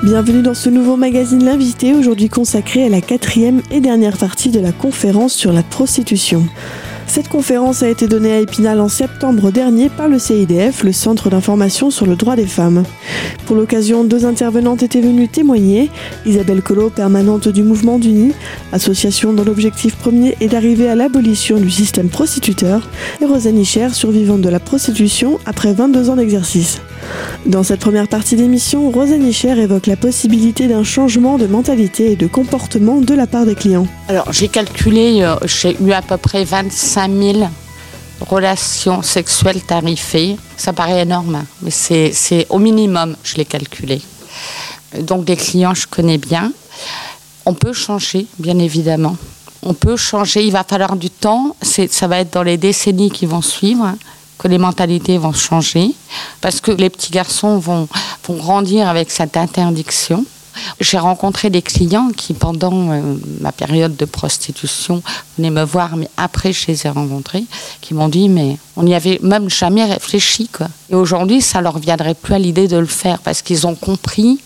Bienvenue dans ce nouveau magazine L'Invité, aujourd'hui consacré à la 4e et dernière partie de la conférence sur la prostitution. Cette conférence a été donnée à Épinal en septembre dernier par le CIDF, le Centre d'information sur le droit des femmes. Pour l'occasion, 2 intervenantes étaient venues témoigner. Isabelle Collot, permanente du Mouvement d'Uni, association dont l'objectif premier est d'arriver à l'abolition du système prostituteur, et Rosanne Icher, survivante de la prostitution après 22 ans d'exercice. Dans cette première partie d'émission, Rosanne Icher évoque la possibilité d'un changement de mentalité et de comportement de la part des clients. Alors, j'ai calculé, j'ai eu à peu près 25 000 relations sexuelles tarifées. Ça paraît énorme, mais c'est au minimum, je l'ai calculé. Donc, des clients, je connais bien. On peut changer, bien évidemment. On peut changer, il va falloir du temps. Ça va être dans les décennies qui vont suivre que les mentalités vont changer, parce que les petits garçons vont grandir avec cette interdiction. J'ai rencontré des clients qui, pendant ma période de prostitution, venaient me voir, mais après je les ai rencontrés, qui m'ont dit, mais on n'y avait même jamais réfléchi, quoi. Et aujourd'hui, ça leur viendrait plus à l'idée de le faire, parce qu'ils ont compris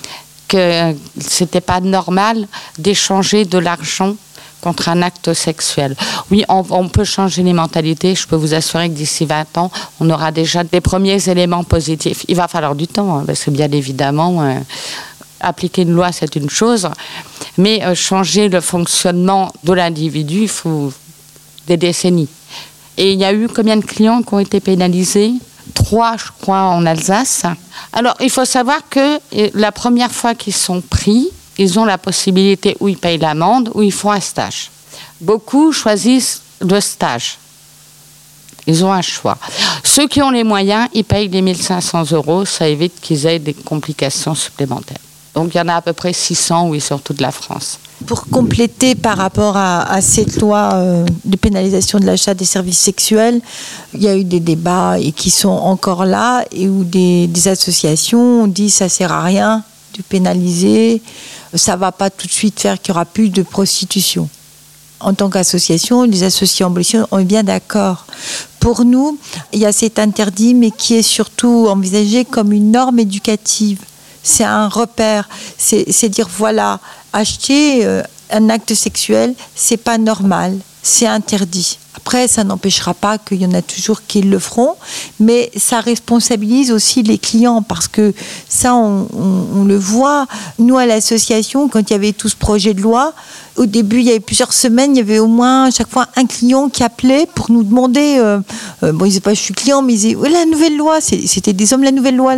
que c'était pas normal d'échanger de l'argent contre un acte sexuel. Oui, on peut changer les mentalités. Je peux vous assurer que d'ici 20 ans, on aura déjà des premiers éléments positifs. Il va falloir du temps, parce que bien évidemment, appliquer une loi, c'est une chose, mais changer le fonctionnement de l'individu, il faut des décennies. Et il y a eu combien de clients qui ont été pénalisés ? 3, je crois, en Alsace. Alors, il faut savoir que la première fois qu'ils sont pris, ils ont la possibilité où ils payent l'amende, ou ils font un stage. Beaucoup choisissent le stage. Ils ont un choix. Ceux qui ont les moyens, ils payent les 1 500 €. Ça évite qu'ils aient des complications supplémentaires. Donc, il y en a à peu près 600, oui, sur toute la France. Pour compléter par rapport à cette loi de pénalisation de l'achat des services sexuels, il y a eu des débats et qui sont encore là, et où des associations ont dit ça ne sert à rien de pénaliser, ça ne va pas tout de suite faire qu'il n'y aura plus de prostitution. En tant qu'association, les associés en abolition, on est bien d'accord. Pour nous, il y a cet interdit, mais qui est surtout envisagé comme une norme éducative. C'est un repère, c'est dire voilà, acheter un acte sexuel, c'est pas normal, c'est interdit. Après, ça n'empêchera pas qu'il y en a toujours qui le feront, mais ça responsabilise aussi les clients, parce que ça, on le voit. Nous, à l'association, quand il y avait tout ce projet de loi, au début, il y avait plusieurs semaines, il y avait au moins chaque fois un client qui appelait pour nous demander, bon, ils disaient pas je suis client, mais ils disaient la nouvelle loi, c'était des hommes, la nouvelle loi.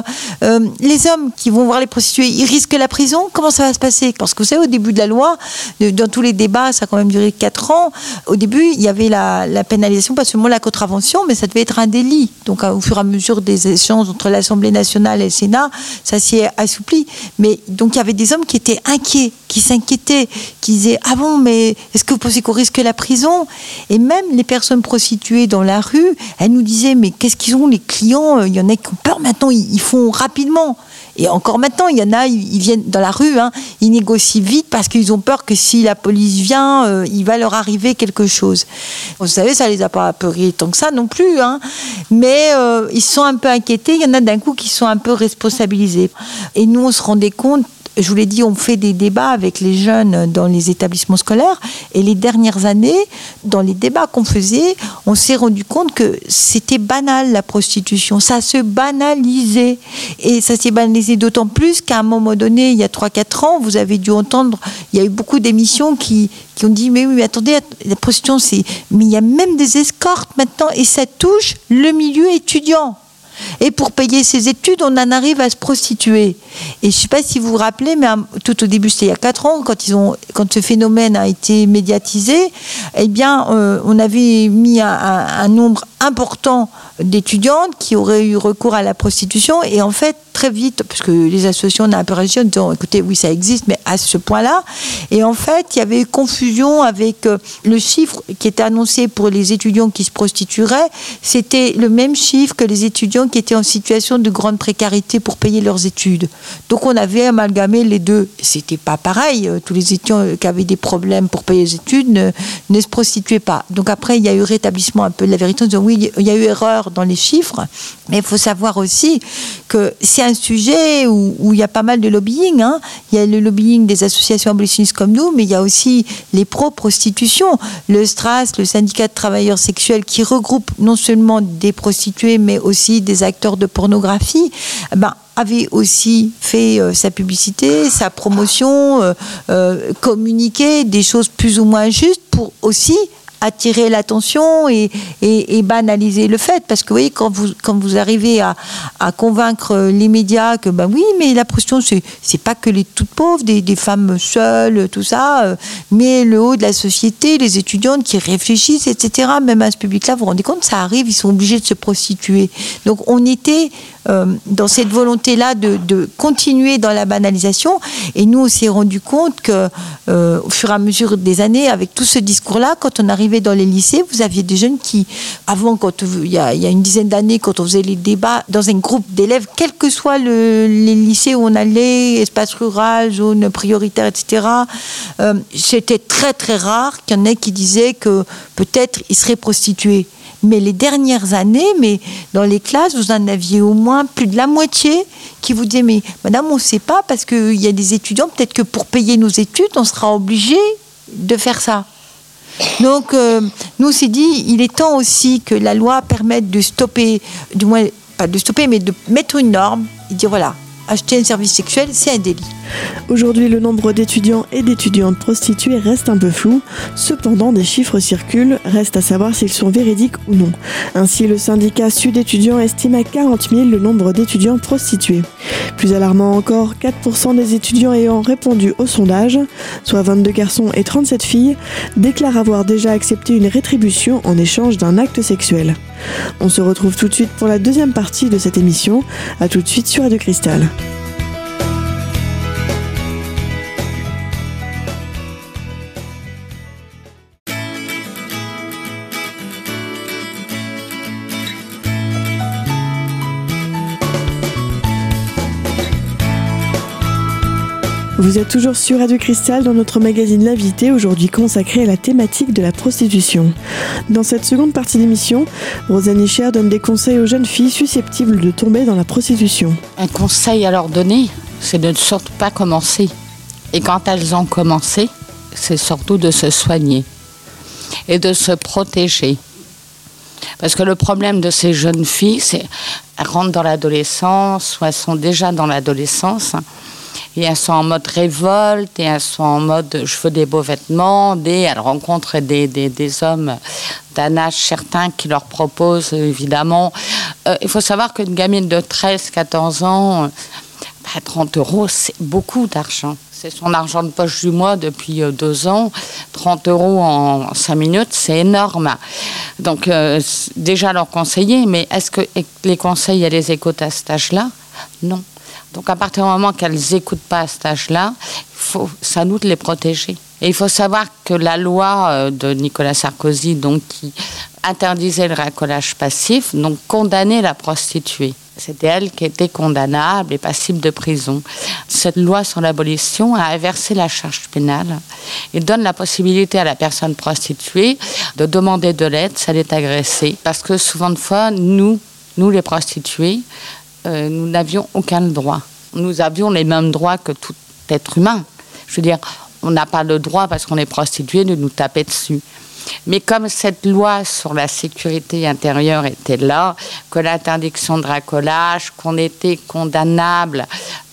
Les hommes qui vont voir les prostituées, ils risquent la prison, comment ça va se passer ? Parce que vous savez, au début de la loi, dans tous les débats, ça a quand même duré 4 ans, au début, il y avait la pénalisation, pas seulement la contravention, mais ça devait être un délit. Donc, au fur et à mesure des échanges entre l'Assemblée nationale et le Sénat, ça s'est assoupli. Mais donc, il y avait des hommes qui étaient inquiets, qui s'inquiétaient, qui disaient « Ah bon, mais est-ce que vous pensez qu'on risque la prison ?» Et même les personnes prostituées dans la rue, elles nous disaient « Mais qu'est-ce qu'ils ont, les clients ? Il y en a qui ont peur maintenant, ils font rapidement. » Et encore maintenant, il y en a, ils viennent dans la rue, ils négocient vite parce qu'ils ont peur que si la police vient, il va leur arriver quelque chose. Vous savez, ça les a pas apeurés tant que ça non plus, mais ils sont un peu inquiétés. Il y en a d'un coup qui sont un peu responsabilisés. Et nous, on se rendait compte. Je vous l'ai dit, on fait des débats avec les jeunes dans les établissements scolaires, et les dernières années, dans les débats qu'on faisait, on s'est rendu compte que c'était banal, la prostitution. Ça se banalisait. Et ça s'est banalisé d'autant plus qu'à un moment donné, il y a 3-4 ans, vous avez dû entendre, il y a eu beaucoup d'émissions qui ont dit, mais oui, attendez, la prostitution, mais il y a même des escortes maintenant, et ça touche le milieu étudiant. Et pour payer ses études, on en arrive à se prostituer. Et je ne sais pas si vous vous rappelez, mais tout au début, c'était il y a 4 ans, quand ce phénomène a été médiatisé, eh bien, on avait mis un nombre important d'étudiantes qui auraient eu recours à la prostitution. Et en fait, très vite, parce que les associations ont un peu réagi en disant, écoutez, oui, ça existe, mais à ce point-là. Et en fait, il y avait eu confusion avec le chiffre qui était annoncé pour les étudiants qui se prostitueraient. C'était le même chiffre que les étudiants qui étaient en situation de grande précarité pour payer leurs études. Donc on avait amalgamé les deux. C'était pas pareil. Tous les étudiants qui avaient des problèmes pour payer les études ne se prostituaient pas. Donc après, il y a eu rétablissement un peu de la vérité en disant oui, il y a eu erreur dans les chiffres, mais il faut savoir aussi que c'est un sujet où il y a pas mal de lobbying. Il y a le lobbying des associations abolitionnistes comme nous, mais il y a aussi les pro-prostitutions. Le STRAS, le syndicat de travailleurs sexuels, qui regroupe non seulement des prostituées, mais aussi des acteurs de pornographie, avait aussi fait sa publicité, sa promotion, communiqué des choses plus ou moins justes pour aussi attirer l'attention et banaliser le fait. Parce que vous voyez, quand vous arrivez à convaincre les médias que oui, mais la prostitution, c'est pas que les toutes pauvres, des femmes seules, tout ça, mais le haut de la société, les étudiantes qui réfléchissent, etc. Même à ce public-là, vous vous rendez compte, ça arrive, ils sont obligés de se prostituer. Donc on était dans cette volonté-là de continuer dans la banalisation, et nous on s'est rendu compte que au fur et à mesure des années, avec tout ce discours-là, quand on arrivait dans les lycées, vous aviez des jeunes qui, avant, il y a une dizaine d'années, quand on faisait les débats dans un groupe d'élèves, quel que soit les lycées où on allait, espace rural, zone prioritaire, etc., c'était très très rare qu'il y en ait qui disaient que peut-être ils seraient prostitués. Mais les dernières années, dans les classes, vous en aviez au moins plus de la moitié qui vous disaient mais madame, on ne sait pas, parce qu'il y a des étudiants, peut-être que pour payer nos études, on sera obligé de faire ça. Donc, nous, on s'est dit, il est temps aussi que la loi permette de stopper, du moins, pas de stopper, mais de mettre une norme et dire voilà, acheter un service sexuel, c'est un délit. Aujourd'hui, le nombre d'étudiants et d'étudiantes prostituées reste un peu flou. Cependant, des chiffres circulent, reste à savoir s'ils sont véridiques ou non. Ainsi, le syndicat Sud étudiant estime à 40 000 le nombre d'étudiants prostitués. Plus alarmant encore, 4% des étudiants ayant répondu au sondage, soit 22 garçons et 37 filles, déclarent avoir déjà accepté une rétribution en échange d'un acte sexuel. On se retrouve tout de suite pour la deuxième partie de cette émission. À tout de suite sur Radio Cristal. Vous êtes toujours sur Radio Cristal dans notre magazine L'Invité, aujourd'hui consacré à la thématique de la prostitution. Dans cette seconde partie d'émission, Rosanne Ischer donne des conseils aux jeunes filles susceptibles de tomber dans la prostitution. Un conseil à leur donner, c'est de ne surtout pas commencer. Et quand elles ont commencé, c'est surtout de se soigner et de se protéger. Parce que le problème de ces jeunes filles, c'est qu'elles rentrent dans l'adolescence, ou elles sont déjà dans l'adolescence, et elles sont en mode révolte, et elles sont en mode je veux des beaux vêtements, elles rencontrent des hommes d'un âge certain qui leur proposent évidemment. Il faut savoir qu'une gamine de 13-14 ans, 30 €, c'est beaucoup d'argent. C'est son argent de poche du mois depuis 2 ans. 30 € en 5 minutes, c'est énorme. Donc déjà leur conseiller, mais est-ce que les conseils, elles les écoutent à cet âge-là ? Non. Donc à partir du moment qu'elles n'écoutent pas à cet âge-là, c'est à nous de les protéger. Et il faut savoir que la loi de Nicolas Sarkozy, donc, qui interdisait le racolage passif, donc condamnait la prostituée. C'était elle qui était condamnable et passible de prison. Cette loi sur l'abolition a inversé la charge pénale et donne la possibilité à la personne prostituée de demander de l'aide si elle est agressée. Parce que souvent de fois, nous les prostituées, nous n'avions aucun droit. Nous avions les mêmes droits que tout être humain. Je veux dire, on n'a pas le droit, parce qu'on est prostitué, de nous taper dessus. Mais comme cette loi sur la sécurité intérieure était là, que l'interdiction de racolage, qu'on était condamnable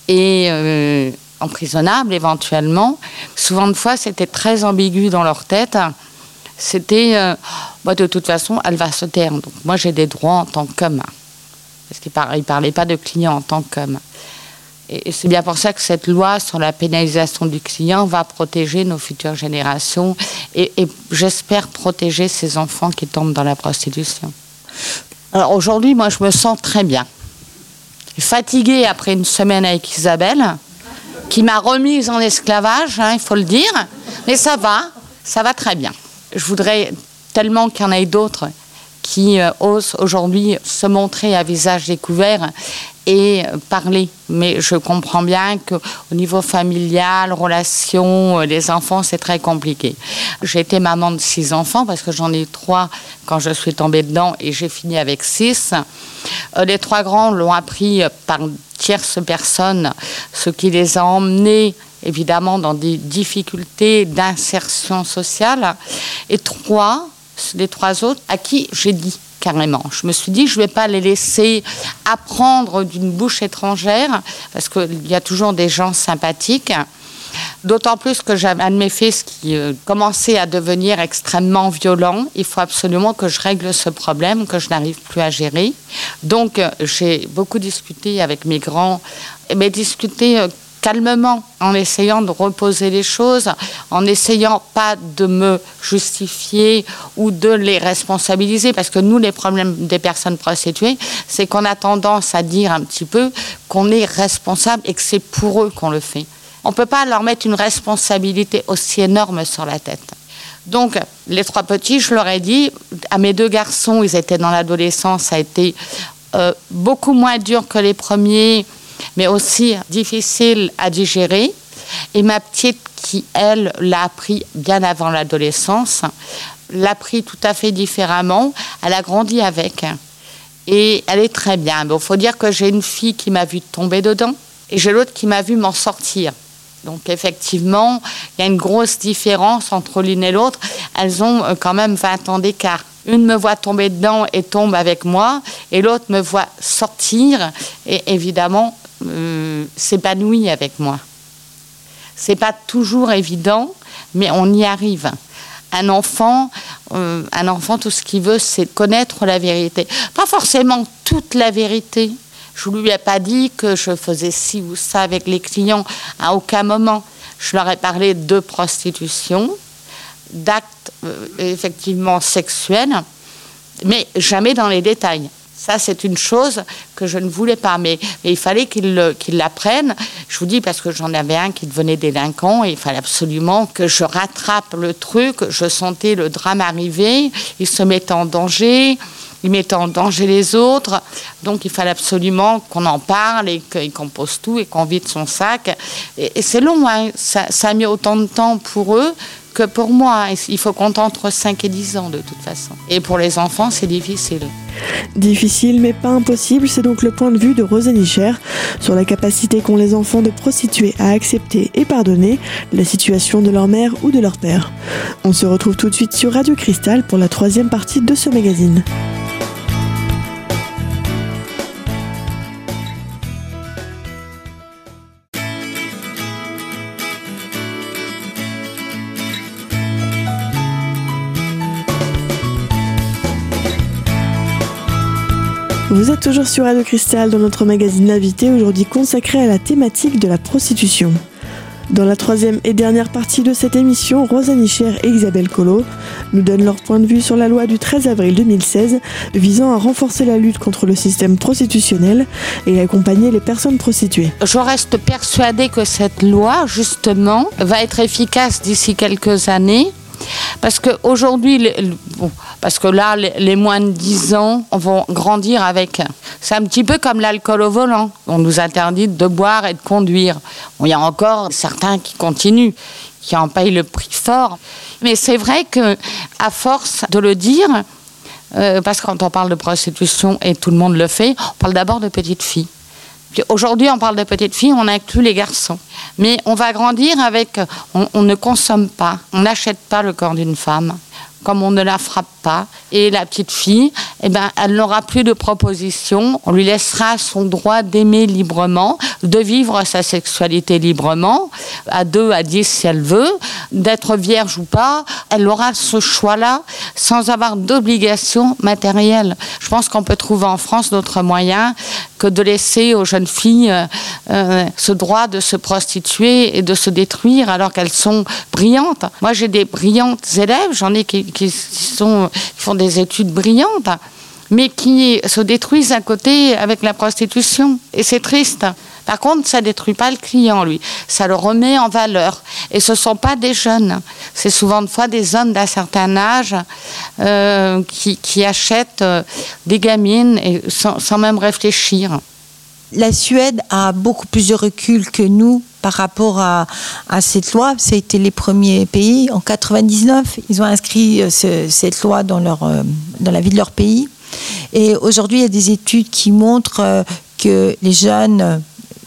et emprisonnable éventuellement, souvent de fois c'était très ambigu dans leur tête. C'était, de toute façon, elle va se taire. Donc moi j'ai des droits en tant qu'homme. Parce qu'il ne parlait pas de client en tant qu'homme. Et c'est bien pour ça que cette loi sur la pénalisation du client va protéger nos futures générations et j'espère protéger ces enfants qui tombent dans la prostitution. Alors aujourd'hui, moi, je me sens très bien. Fatiguée après une semaine avec Isabelle, qui m'a remise en esclavage, il faut le dire, mais ça va très bien. Je voudrais tellement qu'il y en ait d'autres qui osent aujourd'hui se montrer à visage découvert et parler. Mais je comprends bien qu'au niveau familial, relations, les enfants, c'est très compliqué. J'ai été maman de 6 enfants parce que j'en ai 3 quand je suis tombée dedans et j'ai fini avec 6. Les 3 grands l'ont appris par tierces personnes, ce qui les a emmenés évidemment dans des difficultés d'insertion sociale. Et les 3 autres à qui j'ai dit carrément. Je me suis dit, je ne vais pas les laisser apprendre d'une bouche étrangère, parce qu'il y a toujours des gens sympathiques. D'autant plus que j'avais un de mes fils qui commençait à devenir extrêmement violent. Il faut absolument que je règle ce problème que je n'arrive plus à gérer. Donc, j'ai beaucoup discuté avec mes grands, mais discuté calmement, en essayant de reposer les choses, en essayant pas de me justifier ou de les responsabiliser, parce que nous, les problèmes des personnes prostituées, c'est qu'on a tendance à dire un petit peu qu'on est responsable et que c'est pour eux qu'on le fait. On ne peut pas leur mettre une responsabilité aussi énorme sur la tête. Donc, les 3 petits, je leur ai dit, à mes 2 garçons, ils étaient dans l'adolescence, ça a été beaucoup moins dur que les premiers, mais aussi difficile à digérer. Et ma petite, qui, elle, l'a appris bien avant l'adolescence, l'a pris tout à fait différemment. Elle a grandi avec. Et elle est très bien. Il faut dire que j'ai une fille qui m'a vu tomber dedans et j'ai l'autre qui m'a vu m'en sortir. Donc, effectivement, il y a une grosse différence entre l'une et l'autre. Elles ont quand même 20 ans d'écart. Une me voit tomber dedans et tombe avec moi, et l'autre me voit sortir et évidemment s'épanouit avec moi. C'est pas toujours évident, mais on y arrive. Un enfant, tout ce qu'il veut, c'est connaître la vérité. Pas forcément toute la vérité. Je ne lui ai pas dit que je faisais ci ou ça avec les clients à aucun moment. Je leur ai parlé de prostitution, d'actes effectivement sexuels, mais jamais dans les détails. Ça, c'est une chose que je ne voulais pas, mais il fallait qu'ils l'apprennent. Je vous dis parce que j'en avais un qui devenait délinquant et il fallait absolument que je rattrape le truc. Je sentais le drame arriver, il se mettait en danger, il mettait en danger les autres. Donc, il fallait absolument qu'on en parle et qu'on pose tout et qu'on vide son sac. Et c'est long, hein. Ça a mis autant de temps pour eux que pour moi. Il faut compter entre 5 et 10 ans de toute façon. Et pour les enfants, c'est difficile. Difficile mais pas impossible, c'est donc le point de vue de Rosa Nicher sur la capacité qu'ont les enfants de prostituées à accepter et pardonner la situation de leur mère ou de leur père. On se retrouve tout de suite sur Radio Cristal pour la 3e partie de ce magazine. Vous êtes toujours sur Radio Cristal dans notre magazine L'Invité, aujourd'hui consacré à la thématique de la prostitution. Dans la 3e et dernière partie de cette émission, Rosa Nicher et Isabelle Collot nous donnent leur point de vue sur la loi du 13 avril 2016 visant à renforcer la lutte contre le système prostitutionnel et accompagner les personnes prostituées. Je reste persuadée que cette loi, justement, va être efficace d'ici quelques années. Parce qu'aujourd'hui, parce que là, les moins de 10 ans vont grandir avec. C'est un petit peu comme l'alcool au volant. On nous interdit de boire et de conduire. Bon, il y a encore certains qui continuent, qui en payent le prix fort. Mais c'est vrai qu'à force de le dire, parce que quand on parle de prostitution, et tout le monde le fait, on parle d'abord de petites filles. Puis aujourd'hui, on parle de petites filles, on inclut les garçons. Mais on va grandir avec... On ne consomme pas, on n'achète pas le corps d'une femme, comme on ne la frappe pas. Et la petite fille, eh ben, elle n'aura plus de proposition. On lui laissera son droit d'aimer librement, de vivre sa sexualité librement, à 2, à 10 si elle veut, d'être vierge ou pas. Elle aura ce choix-là sans avoir d'obligation matérielle. Je pense qu'on peut trouver en France d'autres moyens que de laisser aux jeunes filles ce droit de se prostituer et de se détruire alors qu'elles sont brillantes. Moi, j'ai des brillantes élèves, j'en ai qui font des études brillantes, mais qui se détruisent à côté avec la prostitution. Et c'est triste, Par contre, ça détruit pas le client, lui. Ça le remet en valeur. Et ce sont pas des jeunes. C'est souvent de fois des hommes d'un certain âge qui achètent des gamines et sans même réfléchir. La Suède a beaucoup plus de recul que nous par rapport à cette loi. Ça a été les premiers pays. En 99, ils ont inscrit cette loi dans la vie de leur pays. Et aujourd'hui, il y a des études qui montrent que les jeunes,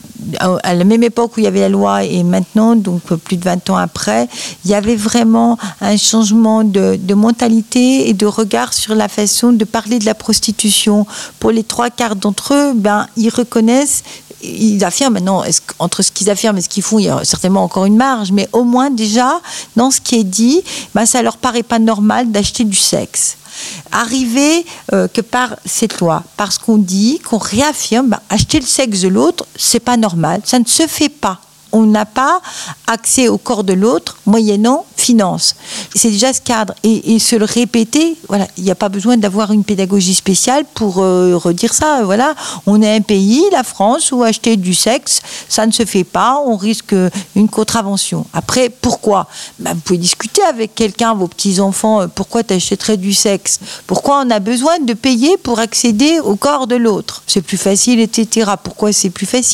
à la même époque où il y avait la loi et maintenant, donc plus de 20 ans après, il y avait vraiment un changement de mentalité et de regard sur la façon de parler de la prostitution. Pour les 3/4 d'entre eux, ils reconnaissent, ils affirment, maintenant, entre ce qu'ils affirment et ce qu'ils font, il y a certainement encore une marge, mais au moins déjà, dans ce qui est dit, ça leur paraît pas normal d'acheter du sexe. Arrivé que par cette loi, parce qu'on dit, qu'on réaffirme, acheter le sexe de l'autre, c'est pas normal, ça ne se fait pas. On n'a pas accès au corps de l'autre moyennant finance. C'est déjà ce cadre. Et se le répéter, voilà, il n'y a pas besoin d'avoir une pédagogie spéciale pour redire ça. Voilà, on est un pays, la France, où acheter du sexe, ça ne se fait pas, on risque une contravention. Après, pourquoi ? Vous pouvez discuter avec quelqu'un, vos petits-enfants, pourquoi tu achèterais du sexe ? Pourquoi on a besoin de payer pour accéder au corps de l'autre ? C'est plus facile, etc. Pourquoi c'est plus facile ?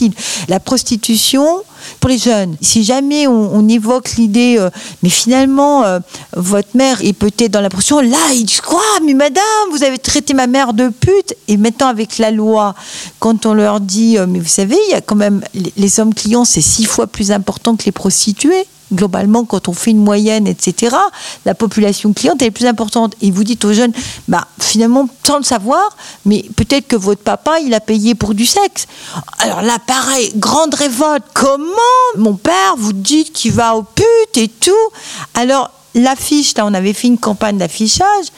La prostitution, pour les jeunes, si jamais on évoque l'idée, mais finalement, votre mère est peut-être dans la prostitution, là, ils disent quoi ? Mais madame, vous avez traité ma mère de pute. Et maintenant, avec la loi, quand on leur dit, mais vous savez, il y a quand même, les hommes clients, c'est 6 fois plus important que les prostituées. Globalement, quand on fait une moyenne, etc., la population cliente est plus importante. Et vous dites aux jeunes, finalement, sans le savoir, mais peut-être que votre papa, il a payé pour du sexe. Alors là, pareil, grande révolte. Comment mon père, vous dites qu'il va aux putes et tout ? Alors, l'affiche, là, on avait fait une campagne d'affichage.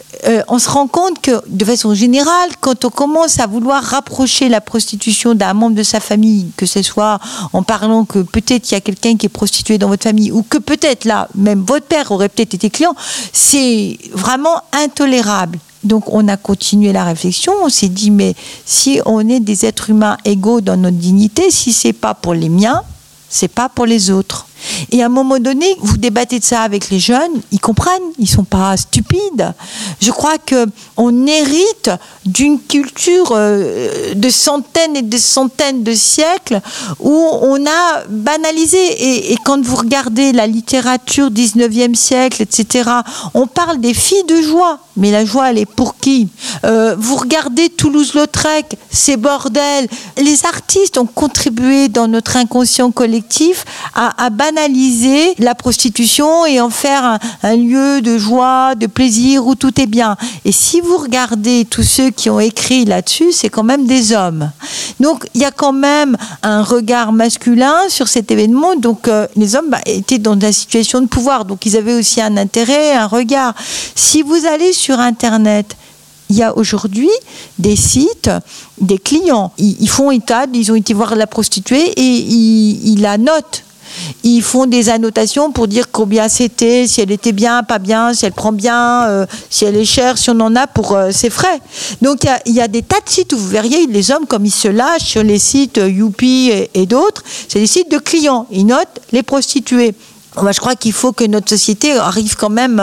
On se rend compte que, de façon générale, quand on commence à vouloir rapprocher la prostitution d'un membre de sa famille, que ce soit en parlant que peut-être il y a quelqu'un qui est prostitué dans votre famille, ou que peut-être là, même votre père aurait peut-être été client, c'est vraiment intolérable. Donc on a continué la réflexion, on s'est dit, mais si on est des êtres humains égaux dans notre dignité, si c'est pas pour les miens, c'est pas pour les autres. Et à un moment donné, vous débattez de ça avec les jeunes, ils comprennent, ils sont pas stupides. Je crois qu'on hérite d'une culture de centaines et de centaines de siècles où on a banalisé. Et quand vous regardez la littérature 19e siècle, etc., on parle des filles de joie. Mais la joie, elle est pour qui ? Vous regardez Toulouse-Lautrec, ces bordels. Les artistes ont contribué dans notre inconscient collectif à banaliser la prostitution et en faire un lieu de joie, de plaisir où tout est bien. Et si vous regardez tous ceux qui ont écrit là-dessus, c'est quand même des hommes. Donc il y a quand même un regard masculin sur cet événement. Donc les hommes étaient dans la situation de pouvoir. Donc ils avaient aussi un intérêt, un regard. Si vous allez sur Internet, il y a aujourd'hui des sites, des clients. Ils font état, ils ont été voir la prostituée et ils la notent. Ils font des annotations pour dire combien c'était, si elle était bien, pas bien, si elle prend bien, si elle est chère, si on en a pour ses frais. Donc il y a des tas de sites où vous verriez les hommes comme ils se lâchent sur les sites Youpi et d'autres. C'est des sites de clients. Ils notent les prostituées. Je crois qu'il faut que notre société arrive quand même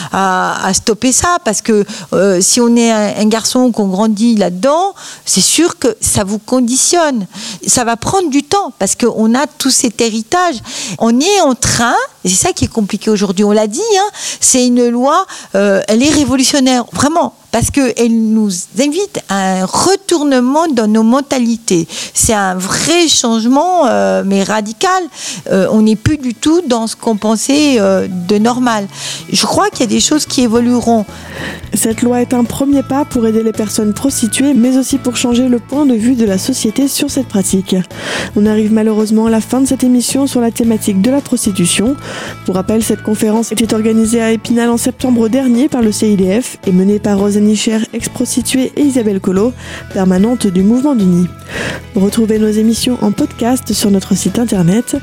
à stopper ça, parce que si on est un garçon qu'on grandit là-dedans, c'est sûr que ça vous conditionne. Ça va prendre du temps, parce qu'on a tout cet héritage. On est en train, et c'est ça qui est compliqué aujourd'hui, on l'a dit, c'est une loi, elle est révolutionnaire, vraiment. Parce qu'elle nous invite à un retournement dans nos mentalités. C'est un vrai changement, mais radical. On n'est plus du tout dans ce qu'on pensait de normal. Je crois qu'il y a des choses qui évolueront. Cette loi est un premier pas pour aider les personnes prostituées, mais aussi pour changer le point de vue de la société sur cette pratique. On arrive malheureusement à la fin de cette émission sur la thématique de la prostitution. Pour rappel, cette conférence était organisée à Épinal en septembre dernier par le CIDF et menée par Rosanne Nicher, ex-prostituée, et Isabelle Collot, permanente du Mouvement d'Uni. Retrouvez nos émissions en podcast sur notre site internet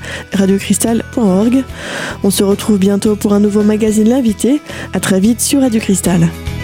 radiocristal.org. On se retrouve bientôt pour un nouveau magazine L'Invité. À très vite sur Radio Cristal.